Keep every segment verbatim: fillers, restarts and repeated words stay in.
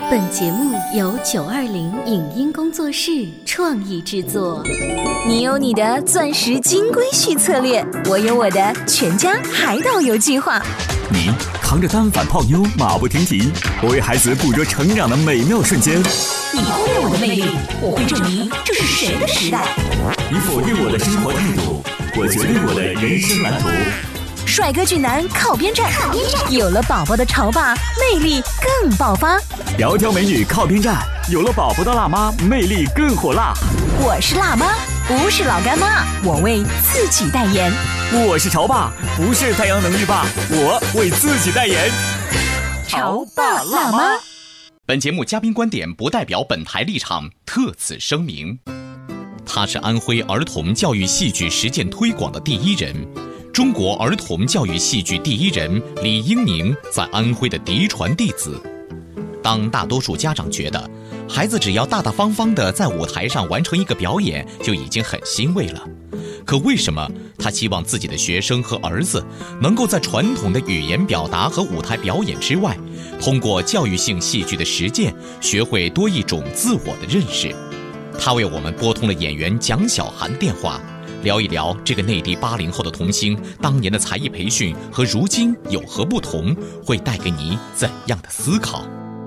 本节目由九二零影音工作室创意制作。 你有你的钻石金龟婿策略，我有我的全家海岛游计划。 你扛着单反泡妞马不停蹄，我为孩子捕捉成长的美妙瞬间。 你忽略我的魅力，我会证明这是谁的时代。 你否定我的生活态度，我决定我的人生蓝图。 帅哥俊男靠边站，靠边站，有了宝宝的潮爸魅力更爆发。 窈窕美女靠边站，有了宝宝的辣妈魅力更火辣。 我是辣妈，不是老干妈，我为自己代言。 我是潮爸，不是太阳能浴霸，我为自己代言。 潮爸辣妈。 本节目嘉宾观点不代表本台立场，特此声明。他是安徽儿童教育戏剧实践推广的第一人，中国儿童教育戏剧第一人李英宁在安徽的嫡传弟子。当大多数家长觉得孩子只要大大方方地在舞台上完成一个表演就已经很欣慰了，可为什么他希望自己的学生和儿子能够在传统的语言表达和舞台表演之外，通过教育性戏剧的实践，学会多一种自我的认识？他为我们拨通了演员蒋小涵电话，聊一聊这个内地八零后的童星当年的才艺培训和如今有何不同，会带给你怎样的思考？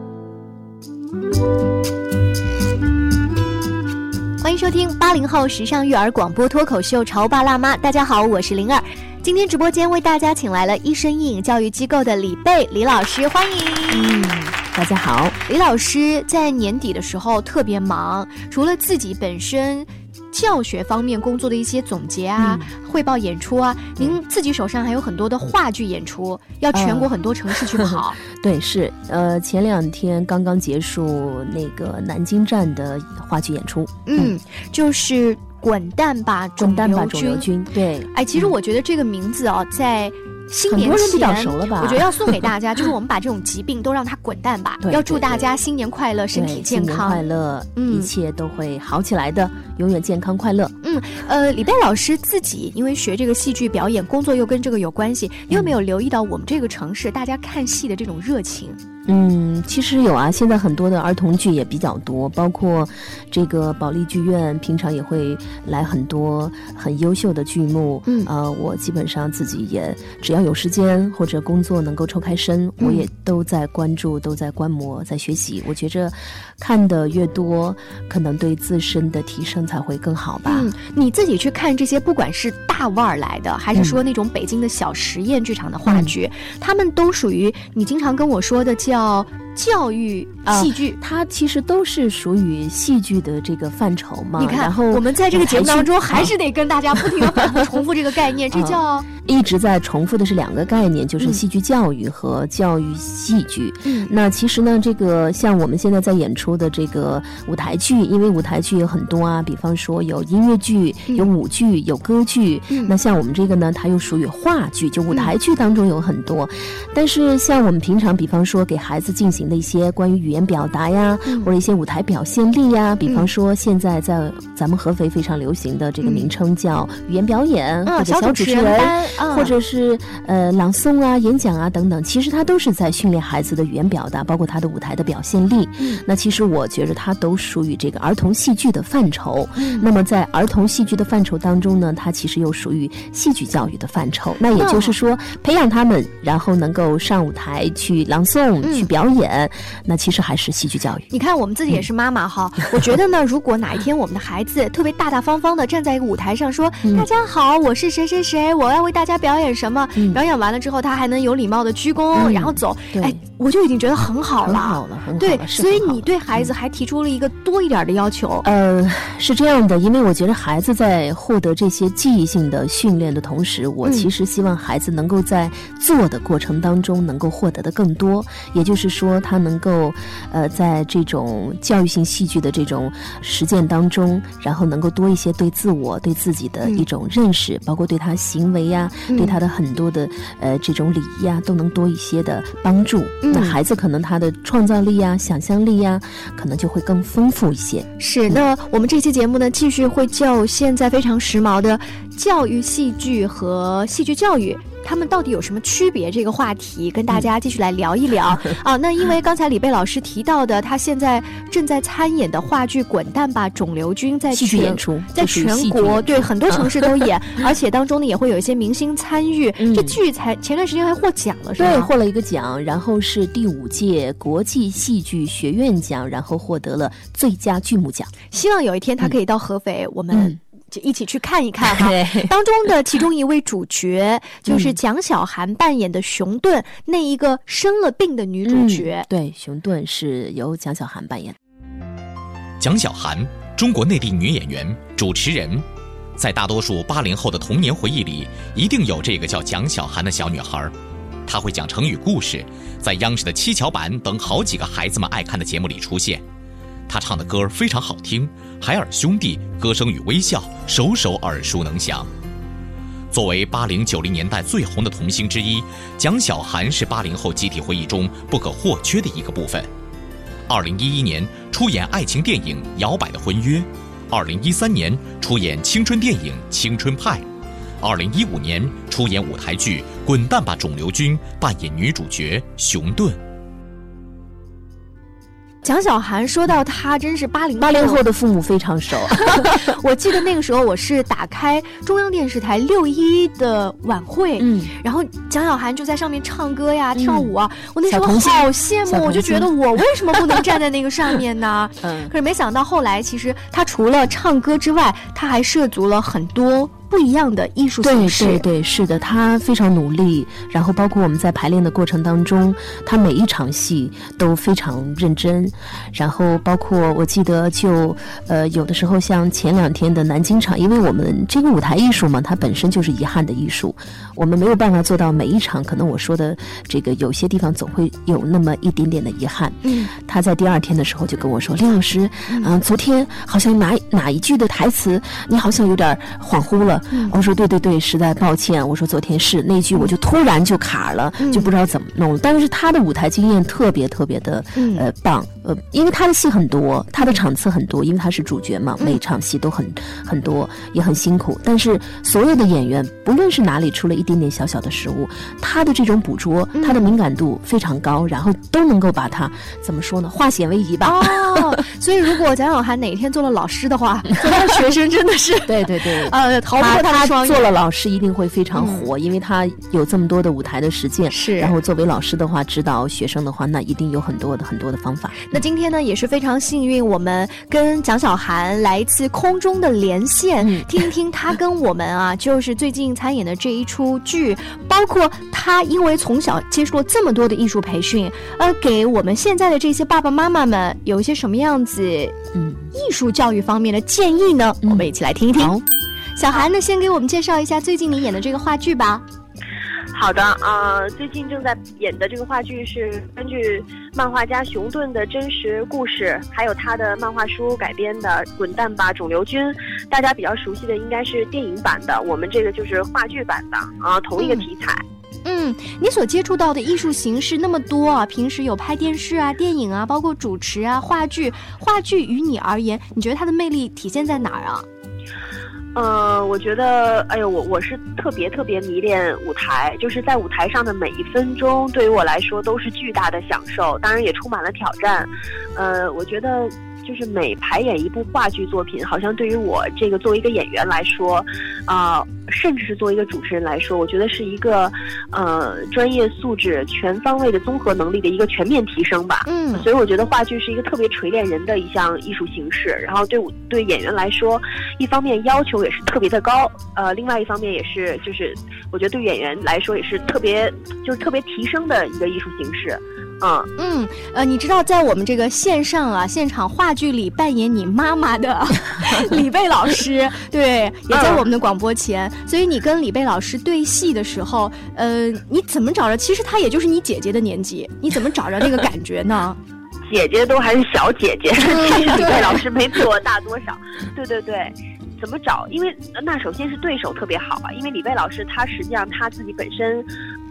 欢迎收听八零后时尚育儿广播脱口秀《潮爸辣妈》，大家好，我是灵儿。今天直播间为大家请来了一生一影教育机构的李贝李老师，欢迎。 嗯，大家好。 李老师在年底的时候特别忙，除了自己本身教学方面工作的一些总结啊、嗯、汇报演出啊，您自己手上还有很多的话剧演出，要全国很多城市去跑。 呃、对，是呃，前两天刚刚结束那个南京站的话剧演出。 嗯，嗯就是滚蛋吧肿瘤君。 君对， 哎，其实我觉得这个名字哦，在新年前很多人比较熟了吧？ 我觉得要送给大家，就是我们把这种疾病都让它滚蛋吧。要祝大家新年快乐，身体健康， 新年快乐、嗯，一切都会好起来的，永远健康快乐。 嗯，呃，李贝老师自己因为学这个戏剧表演，工作又跟这个有关系，你有没有留意到我们这个城市大家看戏的这种热情？ 嗯，其实有啊，现在很多的儿童剧也比较多，包括这个保利剧院平常也会来很多很优秀的剧目。嗯，呃，我基本上自己也只要有时间或者工作能够抽开身，我也都在关注，都在观摩，在学习。我觉着看的越多，可能对自身的提升才会更好吧。 嗯，你自己去看这些，不管是大腕儿来的，还是说那种北京的小实验剧场的话剧，嗯、他们都属于你经常跟我说的叫叫教育戏剧、 呃，它其实都是属于戏剧的这个范畴嘛。 你看， 然后我们在这个节目当中还是得跟大家不停地反复重复这个概念，这叫、呃、 一直在重复的是两个概念，就是戏剧教育和教育戏剧。嗯，那其实呢，这个像我们现在在演出的这个舞台剧，因为舞台剧有很多啊，比方说有音乐剧、有舞剧、有歌剧。嗯，那像我们这个呢，它又属于话剧，就舞台剧当中有很多。嗯、但是像我们平常，比方说给孩子进行的一些关于语言表达呀、嗯，或者一些舞台表现力呀，比方说现在在咱们合肥非常流行的这个名称叫语言表演，嗯、或者小主持人，嗯、或者是呃朗诵啊、演讲啊等等，其实它都是在训练孩子的语言表达，包括他的舞台的表现力。嗯、那其实我觉得它都属于这个儿童戏剧的范畴。嗯、那么在儿童戏剧的范畴当中呢，它其实又属于戏剧教育的范畴。那也就是说，培养他们，然后能够上舞台去朗诵、嗯、去表演。那其实还是戏剧教育。 你看我们自己也是妈妈哈、嗯、我觉得呢，如果哪一天我们的孩子特别大大方方的站在一个舞台上说、嗯、大家好，我是谁谁谁，我要为大家表演什么、嗯、表演完了之后他还能有礼貌的鞠躬、嗯、然后走，哎，我就已经觉得很好了， 很好了，很好了。 对，所以你对孩子还提出了一个多一点的要求。 呃，是这样的，因为我觉得孩子在获得这些记忆性的训练的同时，我其实希望孩子能够在做的过程当中能够获得的更多，也就是说他能够呃在这种教育性戏剧的这种实践当中，然后能够多一些对自我对自己的一种认识、嗯、包括对他行为呀、嗯、对他的很多的呃这种礼仪啊都能多一些的帮助、嗯、那孩子可能他的创造力呀想象力呀可能就会更丰富一些。 是，那我们这期节目呢继续会就现在非常时髦的教育戏剧和戏剧教育他们到底有什么区别？这个话题跟大家继续来聊一聊、嗯、啊。那因为刚才李贝老师提到的，他现在正在参演的话剧《滚蛋吧，肿瘤君》在戏剧演出， 在全国对很多城市都演，而且当中呢也会有一些明星参与。嗯、这剧才前段时间还获奖了，是吧？ 对，获了一个奖，然后是第五届国际戏剧学院奖，然后获得了最佳剧目奖。 希望有一天他可以到合肥，嗯、我们就一起去看一看哈。当中的其中一位主角就是蒋小涵扮演的熊顿，嗯、那一个生了病的女主角。 嗯、对，熊顿是由蒋小涵扮演。 蒋小涵，中国内地女演员、主持人。在大多数八零后的童年回忆里，一定有这个叫蒋小涵的小女孩。她会讲成语故事，在央视的七巧板等好几个孩子们爱看的节目里出现。她唱的歌非常好听，海尔兄弟、歌声与微笑首首耳熟能详。作为八零九零年代最红的童星之一，蒋小涵是八零后集体回忆中不可或缺的一个部分。二零一一年出演爱情电影《摇摆的婚约》。二零一三年出演青春电影《青春派》，二零一五年出演舞台剧《滚蛋吧，肿瘤君》，扮演女主角熊顿。 蒋小涵说到她真是八零八零后的父母非常熟。 我记得那个时候我是打开中央电视台六一的晚会，嗯，然后蒋小涵就在上面唱歌呀、嗯、跳舞啊，我那时候好羡慕，我就觉得我为什么不能站在那个上面呢？嗯，可是没想到后来其实她除了唱歌之外，她还涉足了很多不一样的艺术形式。 对对对，是的，他非常努力，然后包括我们在排练的过程当中，他每一场戏都非常认真，然后包括我记得就呃有的时候像前两天的南京场，因为我们这个舞台艺术嘛，它本身就是遗憾的艺术，我们没有办法做到每一场，可能我说的这个有些地方总会有那么一点点的遗憾。嗯，他在第二天的时候就跟我说，林老师，嗯、呃，昨天好像哪哪一句的台词你好像有点恍惚了。嗯、我说对对对，实在抱歉。我说昨天是那句，我就突然就卡了，嗯、就不知道怎么弄了。但是他的舞台经验特别特别的、嗯、呃棒，呃，因为他的戏很多，他的场次很多，因为他是主角嘛，嗯、每场戏都很很多，也很辛苦。但是所有的演员，不论是哪里出了一点点小小的失误，他的这种捕捉，他的敏感度非常高，然后都能够把他怎么说呢，化险为夷吧。 哦，所以如果蒋小涵哪一天做了老师的话，做他的学生真的是对对对， 呃，逃不过他的双眼。 做了老师一定会非常火，嗯、因为他有这么多的舞台的实践。是，然后作为老师的话，指导学生的话，那一定有很多的很多的方法。 那今天呢，也是非常幸运，我们跟蒋小涵来一次空中的连线，嗯、听一听他跟我们啊，就是最近参演的这一出剧，包括他因为从小接受了这么多的艺术培训，呃，给我们现在的这些爸爸妈妈们有一些什么样子，嗯，艺术教育方面的建议呢？嗯、我们一起来听一听。好，小涵呢，先给我们介绍一下最近你演的这个话剧吧。 好的，呃，最近正在演的这个话剧是根据漫画家熊顿的真实故事，还有他的漫画书改编的《滚蛋吧，肿瘤君》。大家比较熟悉的应该是电影版的，我们这个就是话剧版的啊、呃，同一个题材。 嗯，你所接触到的艺术形式那么多啊，平时有拍电视啊、电影啊，包括主持啊、话剧。话剧于你而言，你觉得它的魅力体现在哪儿啊？ 呃，我觉得，哎呦，我我是特别特别迷恋舞台，就是在舞台上的每一分钟，对于我来说都是巨大的享受，当然也充满了挑战。呃，我觉得就是每排演一部话剧作品，好像对于我这个作为一个演员来说，啊、呃，甚至是作为一个主持人来说，我觉得是一个呃专业素质全方位的综合能力的一个全面提升吧。嗯，所以我觉得话剧是一个特别锤炼人的一项艺术形式。然后对我对演员来说，一方面要求也是特别的高，呃，另外一方面也是就是我觉得对演员来说也是特别就是特别提升的一个艺术形式。嗯嗯，呃，你知道在我们这个线上啊现场话剧里扮演你妈妈的李贝老师，对，也在我们的广播前，嗯、所以你跟李贝老师对戏的时候，呃，你怎么找着？其实她也就是你姐姐的年纪，你怎么找着这个感觉呢？ 姐姐都还是小姐姐，其实李贝老师没比我大多少。对对对。怎么找？因为那首先是对手特别好啊，因为李贝老师他实际上他自己本身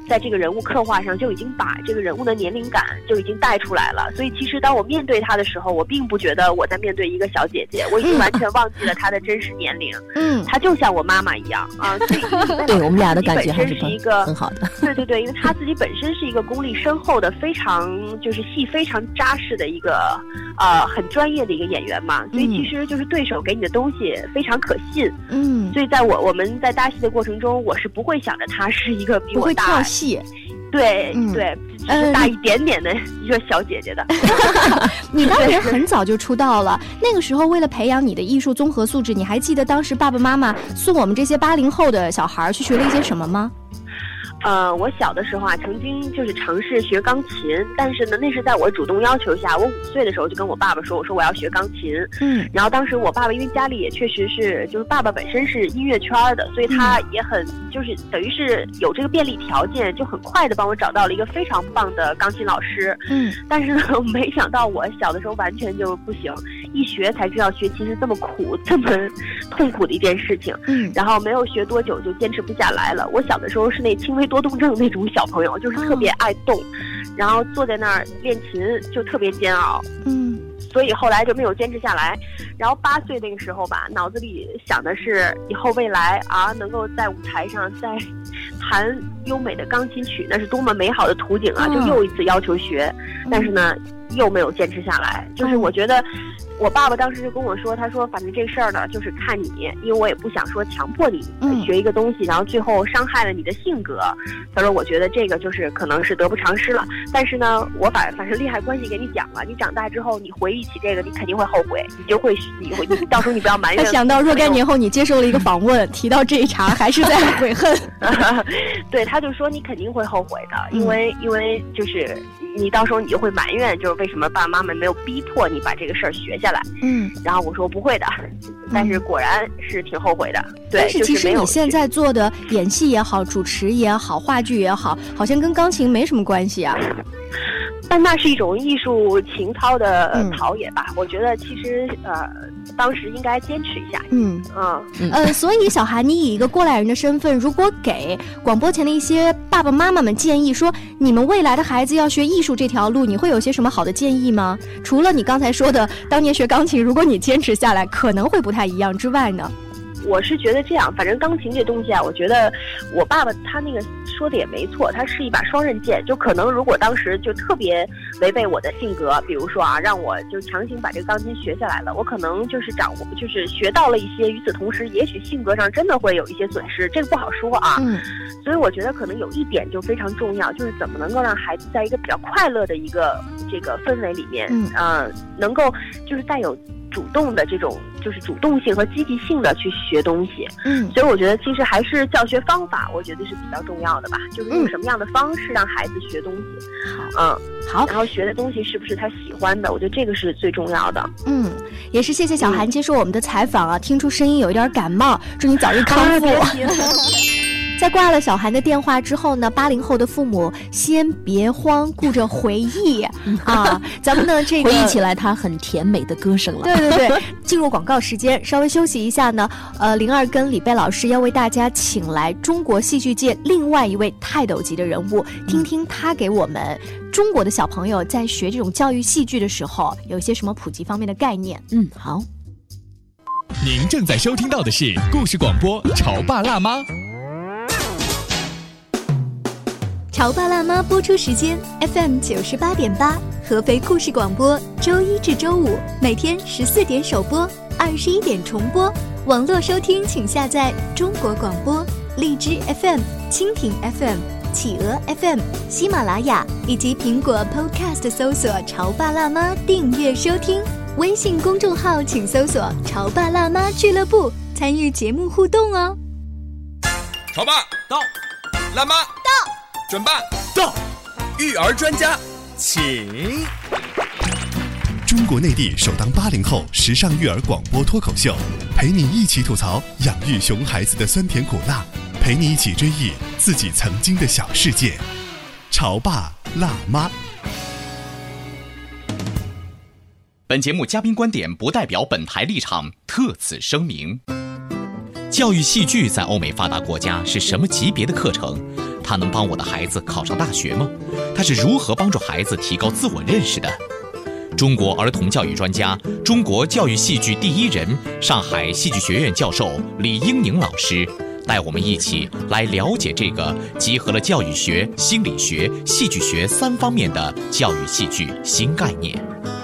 在这个人物刻画上就已经把这个人物的年龄感就已经带出来了。所以其实当我面对他的时候，我并不觉得我在面对一个小姐姐，我已经完全忘记了她的真实年龄。嗯，她就像我妈妈一样啊。所以对我们俩的感觉还是一个很好的。 对对对，因为她自己本身是一个功力深厚的、非常就是戏非常扎实的一个呃很专业的一个演员嘛，所以其实就是对手给你的东西非常可信。嗯，所以在我我们在搭戏的过程中，我是不会想着她是一个比我大，不会跳戏。 对、嗯、对，是大一点点的一个小姐姐的。 你当年很早就出道了，那个时候为了培养你的艺术综合素质，你还记得当时爸爸妈妈送我们这些八零后的小孩去学了一些什么吗？ 呃，我小的时候啊，曾经就是尝试学钢琴，但是呢，那是在我主动要求下。我五岁的时候就跟我爸爸说，我说我要学钢琴。嗯，然后当时我爸爸因为家里也确实是，就是爸爸本身是音乐圈的，所以他也很就是等于是有这个便利条件，就很快的帮我找到了一个非常棒的钢琴老师。嗯，但是呢，没想到我小的时候完全就不行，一学才知道学琴是这么苦、这么痛苦的一件事情。嗯，然后没有学多久就坚持不下来了。我小的时候是那轻微多动症那种小朋友，就是特别爱动，然后坐在那儿练琴就特别煎熬。嗯，所以后来就没有坚持下来。然后八岁那个时候吧，脑子里想的是以后未来啊，能够在舞台上再弹优美的钢琴曲，那是多么美好的图景啊！就又一次要求学，但是呢，又没有坚持下来。就是我觉得。我爸爸当时就跟我说，他说反正这事儿呢就是看你，因为我也不想说强迫你学一个东西，然后最后伤害了你的性格。他说我觉得这个就是可能是得不偿失了，但是呢我把反正利害关系给你讲了，你长大之后你回忆起这个你肯定会后悔，你就会你会你到时候你不要埋怨。 他想到若干年后你接受了一个访问，提到这一茬还是在悔恨。 对，他就说你肯定会后悔的，因为因为就是你到时候你就会埋怨，就是为什么爸爸妈妈没有逼迫你把这个事儿学下来。嗯，然后我说不会的，但是果然是挺后悔的。嗯、对， 但是其实你现在做的演戏也好，主持也好，话剧也好，好像跟钢琴没什么关系啊。 但那是一种艺术情操的陶冶吧、嗯、我觉得其实呃当时应该坚持一下。嗯嗯呃所以小韩，你以一个过来人的身份，如果给广播前的一些爸爸妈妈们建议说你们未来的孩子要学艺术这条路，你会有些什么好的建议吗？除了你刚才说的当年学钢琴如果你坚持下来可能会不太一样之外呢？ 我是觉得这样，反正钢琴这东西啊，我觉得我爸爸他那个说的也没错，它是一把双刃剑。就可能如果当时就特别违背我的性格，比如说啊，让我就强行把这个钢琴学下来了，我可能就是掌握，就是学到了一些，与此同时，也许性格上真的会有一些损失，这个不好说啊。嗯。所以我觉得可能有一点就非常重要，就是怎么能够让孩子在一个比较快乐的一个这个氛围里面，嗯，呃，能够就是带有主动的这种就是主动性和积极性的去学东西。嗯，所以我觉得其实还是教学方法，我觉得是比较重要的吧，就是用什么样的方式让孩子学东西。嗯，嗯好， 然后学的东西是不是他喜欢的，我觉得这个是最重要的。 嗯，也是谢谢小韩接受我们的采访啊，嗯、听出声音有一点感冒，祝你早日康复。啊在挂了小韩的电话之后呢，八零后的父母先别慌，顾着回忆啊，咱们呢这个回忆起来他很甜美的歌声了。 对对对，进入广告时间，稍微休息一下呢。呃，灵儿跟李贝老师要为大家请来中国戏剧界另外一位泰斗级的人物，听听他给我们中国的小朋友在学这种教育戏剧的时候有一些什么普及方面的概念。嗯，好。 您正在收听到的是故事广播《潮爸辣妈》。 潮爸辣妈播出时间 F M 九十八点八，合肥故事广播，周一至周五每天十四点首播，二十一点重播。网络收听请下载中国广播、荔枝 F M、蜻蜓 F M、企鹅 F M、喜马拉雅以及苹果 Podcast 搜索潮爸辣妈订阅收听。微信公众号请搜索潮爸辣妈俱乐部，参与节目互动哦。 潮爸到，辣妈到，准爸到，育儿专家请。 中国内地首档八零后时尚育儿广播脱口秀，陪你一起吐槽养育熊孩子的酸甜苦辣，陪你一起追忆自己曾经的小世界。潮爸辣妈。 本节目嘉宾观点不代表本台立场，特此声明。 教育戏剧在欧美发达国家是什么级别的课程？它能帮我的孩子考上大学吗？它是如何帮助孩子提高自我认识的？中国儿童教育专家、中国教育戏剧第一人、上海戏剧学院教授李英宁老师带我们一起来了解这个集合了教育学、心理学、戏剧学三方面的教育戏剧新概念。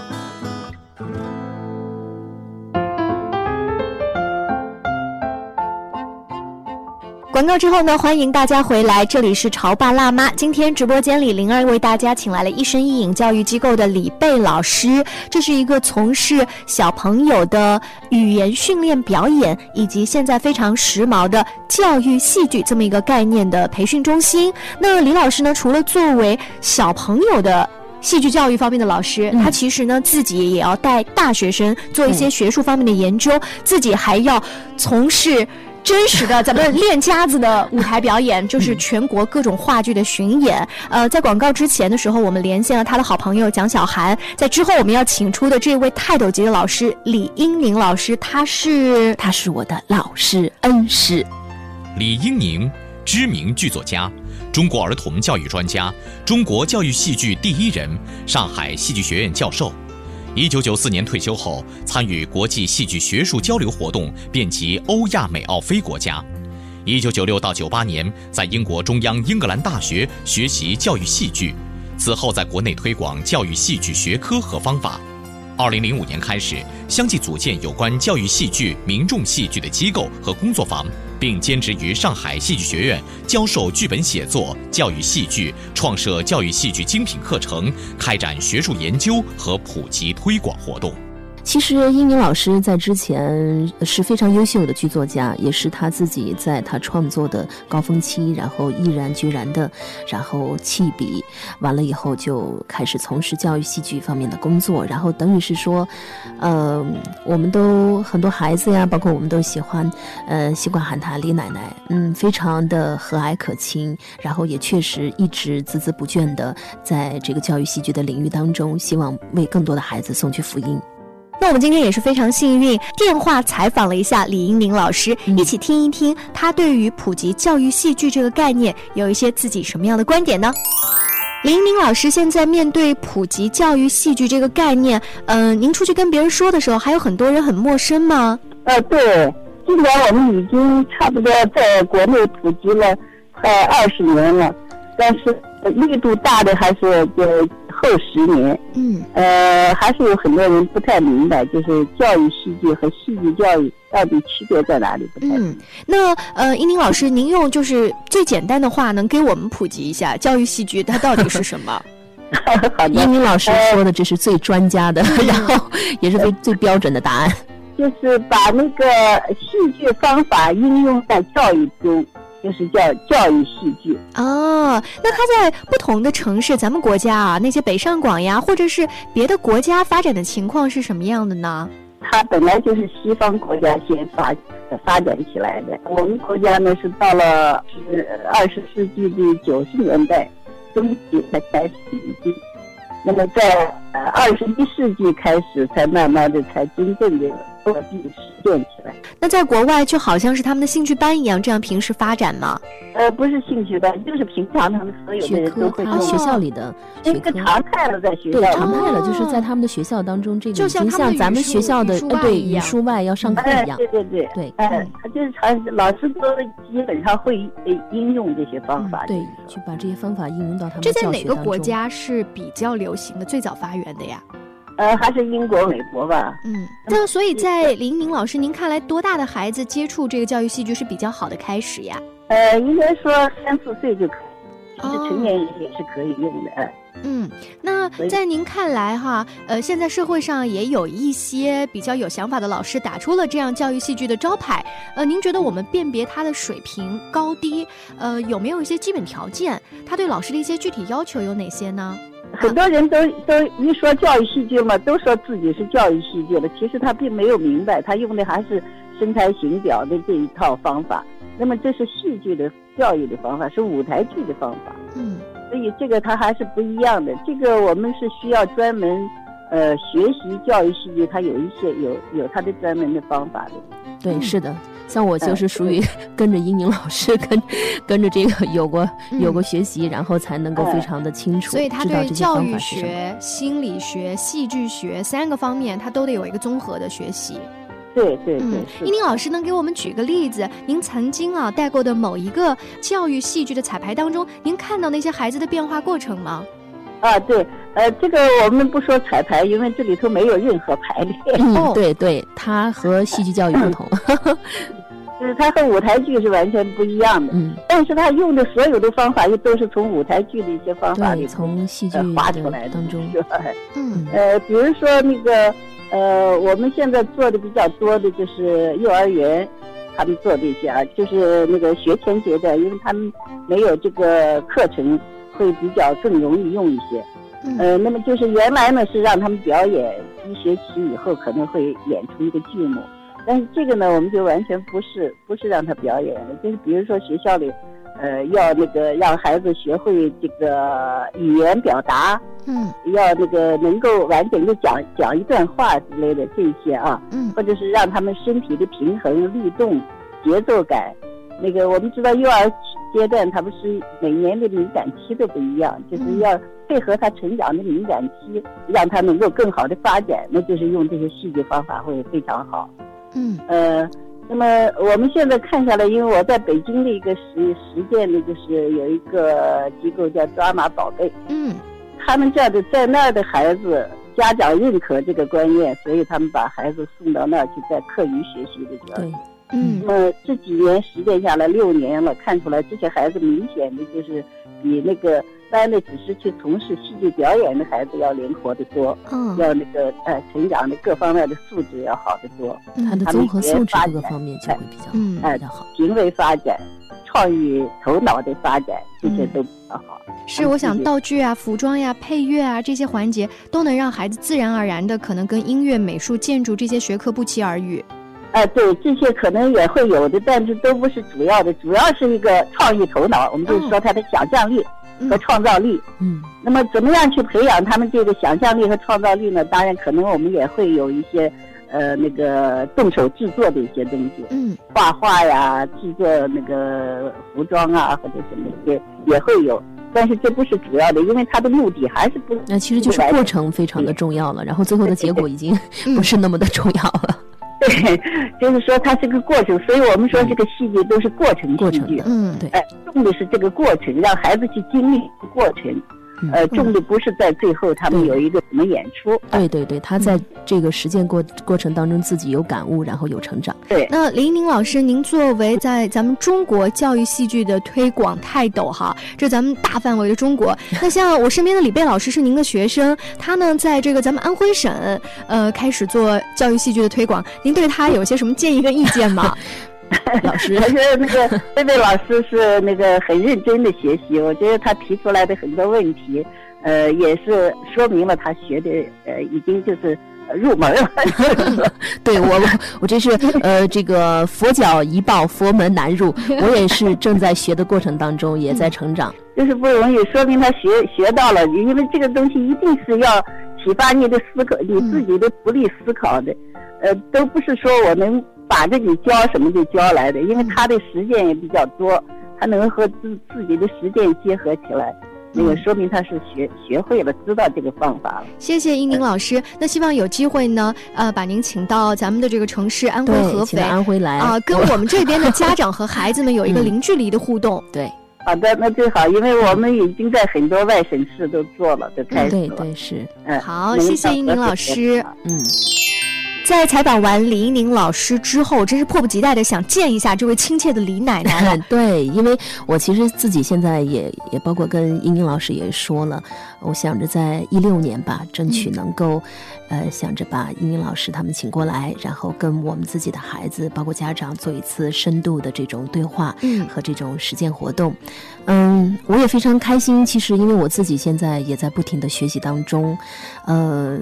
广告之后呢，欢迎大家回来，这里是潮爸辣妈。今天直播间里，灵儿为大家请来了一生一影教育机构的李贝老师，这是一个从事小朋友的语言训练表演以及现在非常时髦的教育戏剧这么一个概念的培训中心。那李老师呢，除了作为小朋友的戏剧教育方面的老师、嗯、他其实呢自己也要带大学生做一些学术方面的研究、嗯、自己还要从事真实的咱们练家子的舞台表演，就是全国各种话剧的巡演。呃，在广告之前的时候，我们连线了他的好朋友蒋小涵。在之后我们要请出的这位泰斗级的老师李英宁老师，他是他是我的老师恩师。 李英宁，知名剧作家，中国儿童教育专家，中国教育戏剧第一人，上海戏剧学院教授。一九九四年退休后，参与国际戏剧学术交流活动，遍及欧亚美澳非国家。一九九六到九八年，在英国中央英格兰大学学习教育戏剧，此后在国内推广教育戏剧学科和方法。二零零五年开始，相继组建有关教育戏剧、民众戏剧的机构和工作坊，并兼职于上海戏剧学院教授剧本写作、教育戏剧，创设教育戏剧精品课程，开展学术研究和普及推广活动。 其实英宁老师在之前是非常优秀的剧作家，也是他自己在他创作的高峰期，然后毅然决然的然后弃笔，完了以后就开始从事教育戏剧方面的工作，然后等于是说呃，我们都很多孩子呀，包括我们都喜欢呃习惯喊他李奶奶，嗯，非常的和蔼可亲，然后也确实一直孜孜不倦的在这个教育戏剧的领域当中，希望为更多的孩子送去福音。 那我们今天也是非常幸运，电话采访了一下李英宁老师、嗯、一起听一听他对于普及教育戏剧这个概念有一些自己什么样的观点呢？李英宁老师现在面对普及教育戏剧这个概念，嗯、呃，您出去跟别人说的时候，还有很多人很陌生吗？ 呃，对，今年我们已经差不多在国内普及了快二十年了，但是力度大的还是就后十年，嗯，呃，还是有很多人不太明白，就是教育戏剧和戏剧教育到底区别在哪里，不太明白。嗯， 那呃，英宁老师，您用就是最简单的话，能给我们普及一下教育戏剧它到底是什么？ 好的，英宁老师说的这是最专家的，呃、然后也是最最标准的答案， 就是把那个戏剧方法应用在教育中。就是叫教育戏剧哦。那它在不同的城市，咱们国家啊，那些北上广呀，或者是别的国家发展的情况是什么样的呢？ 它本来就是西方国家先发发展起来的，我们国家呢是到了是二十世纪的九十年代中期才开始引进，那么在呃二十一世纪开始才慢慢的才真正的落地实践起来。 那在国外就好像是他们的兴趣班一样，这样平时发展吗？ 呃，不是兴趣班，就是平常他们所有的人都会用学校里的学科，常态了，在学校对常态了，就是在他们的学校当中，这个已经像咱们学校的呃对语数外要上课一样。 对对对对，哎，他就是常老师都基本上会应用这些方法， 对，去把这些方法应用到他们的教学当中。这在哪个国家是比较流行的、最早发源的呀？ 呃，还是英国、美国吧。 嗯，那所以在李英宁老师，您看来多大的孩子接触这个教育戏剧是比较好的开始呀？ 呃，应该说三四岁就可以，其实成年人也是可以用的。哦、 嗯，那在您看来哈，呃，现在社会上也有一些比较有想法的老师打出了这样教育戏剧的招牌。呃，您觉得我们辨别他的水平高低，呃，有没有一些基本条件？他对老师的一些具体要求有哪些呢？ 很多人都都一说教育戏剧嘛，都说自己是教育戏剧了，其实他并没有明白，他用的还是身材形表的这一套方法。那么这是戏剧的教育的方法，是舞台剧的方法。嗯，所以这个它还是不一样的。这个我们是需要专门呃学习教育戏剧，它有一些有有它的专门的方法的。 对，是的。 像我就是属于跟着英宁老师跟跟着这个有过有过学习，然后才能够非常的清楚， 所以他对教育学、心理学、戏剧学三个方面，他都得有一个综合的学习。 对对对， 英宁老师能给我们举个例子？您曾经啊带过的某一个教育戏剧的彩排当中，您看到那些孩子的变化过程吗？ 啊，对，呃，这个我们不说彩排，因为这里头没有任何排练。 嗯，对对，它和戏剧教育不同， 就是它和舞台剧是完全不一样的。嗯，但是他用的所有的方法又都是从舞台剧的一些方法里从戏剧画出来的当中。 嗯，呃，比如说那个。呃，我们现在做的比较多的就是幼儿园，他们做这些啊，就是那个学前阶段，因为他们没有这个课程，会比较更容易用一些。呃，那么就是原来呢是让他们表演，一学期以后可能会演出一个剧目，但是这个呢我们就完全不是不是让他表演的，就是比如说学校里。呃，要那个让孩子学会这个语言表达，嗯，要那个能够完整的讲讲一段话之类的这些啊，嗯，或者是让他们身体的平衡、律动、节奏感。那个我们知道幼儿阶段，他不是每年的敏感期都不一样，就是要配合他成长的敏感期，让他能够更好的发展，那就是用这些戏剧方法会非常好。嗯，呃。那么我们现在看下来，因为我在北京的一个实实践的，就是有一个机构叫抓马宝贝，嗯，他们这样的在那儿的孩子，家长认可这个观念，所以他们把孩子送到那儿去，在课余学习的教育。嗯，那么这几年实践下来六年了，看出来这些孩子明显的就是比那个班的只是去从事戏剧表演的孩子要灵活得多，嗯，要那个呃成长的各方面的素质要好得多， 他的综合素质各个方面就会比较嗯比较好，行为发展、创意头脑的发展这些都比较好。 嗯、是，我想道具啊、服装呀、配乐啊这些环节都能让孩子自然而然的可能跟音乐、美术、建筑这些学科不期而遇。 哎、呃，对，这些可能也会有的，但是都不是主要的，主要是一个创意头脑，我们就是说他的想象力和创造力。嗯，那么怎么样去培养他们这个想象力和创造力呢？当然，可能我们也会有一些呃那个动手制作的一些东西，嗯，画画呀，制作那个服装啊，或者什么也也会有。但是这不是主要的，因为它的目的还是不…… 那其实就是过程非常的重要了，然后最后的结果已经不是那么的重要了。 对，就是说它是个过程，所以我们说这个戏剧都是过程戏剧。嗯，对，哎，重的是这个过程，让孩子去经历这个过程。呃，重的不是在最后他们有一个什么演出。 对对对，他在这个实践过过程当中自己有感悟，然后有成长。 对。 那林宁老师，您作为在咱们中国教育戏剧的推广泰斗哈，这咱们大范围的中国。那像我身边的李贝老师是您的学生，他呢在这个咱们安徽省呃开始做教育戏剧的推广，您对他有些什么建议跟意见吗？ 老师，我觉得那个贝贝老师是那个很认真的学习，我觉得他提出来的很多问题，呃，也是说明了他学的呃已经就是入门了。 对我，我这是呃这个佛脚一报，佛门难入，我也是正在学的过程当中，也在成长， 就是不容易，说明他学学到了，因为这个东西一定是要启发你的思考，你自己的独立思考的，呃，都不是说我能把这你教什么就教来的，因为他的实践也比较多，他能和自自己的实践结合起来，那个说明他是学学会了，知道这个方法了。 谢谢英宁老师、呃、那希望有机会呢呃，把您请到咱们的这个城市安徽合肥， 安徽来啊、呃，跟我们这边的家长和孩子们有一个零距离的互动。 对， 好的，那最好，因为我们已经在很多外省市都做了，都开始了。 对对是， 嗯，好，谢谢英宁老师。 嗯。 在采访完李英宁老师之后，真是迫不及待的想见一下这位亲切的李奶奶了。 对，因为我其实自己现在也也包括跟英宁老师也说了，我想着在一六年吧，争取能够、嗯、呃想着把英宁老师他们请过来，然后跟我们自己的孩子包括家长做一次深度的这种对话和这种实践活动。嗯，我也非常开心，其实因为我自己现在也在不停的学习当中，呃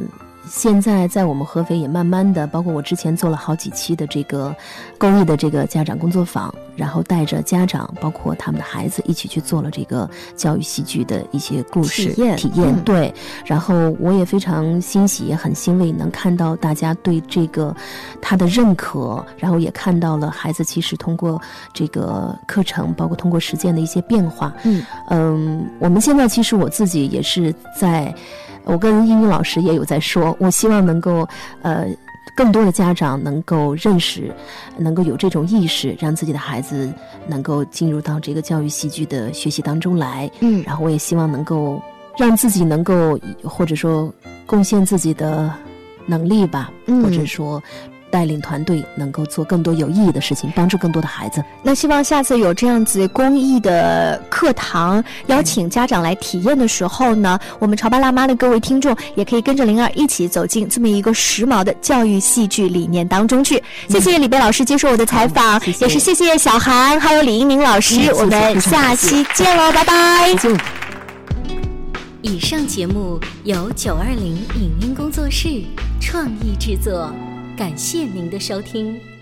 现在在我们合肥也慢慢的，包括我之前做了好几期的这个公益的这个家长工作坊，然后带着家长包括他们的孩子一起去做了这个教育戏剧的一些故事体验体验、 嗯、 对，然后我也非常欣喜也很欣慰能看到大家对这个他的认可，然后也看到了孩子其实通过这个课程包括通过实践的一些变化。 嗯嗯，我们现在其实我自己也是在，我跟英英老师也有在说，我希望能够呃更多的家长能够认识，能够有这种意识，让自己的孩子能够进入到这个教育戏剧的学习当中来。 嗯， 然后我也希望能够让自己能够或者说贡献自己的能力吧， 嗯、 或者说带领团队能够做更多有意义的事情，帮助更多的孩子。 那希望下次有这样子公益的课堂，邀请家长来体验的时候呢，我们潮爸辣妈的各位听众也可以跟着灵儿一起走进这么一个时髦的教育戏剧理念当中去。谢谢李贝老师接受我的采访、嗯、谢谢也是谢谢小韩还有李英明老师、嗯、我们下期见喽，拜拜。 以上节目由九二零影音工作室创意制作，感谢您的收听。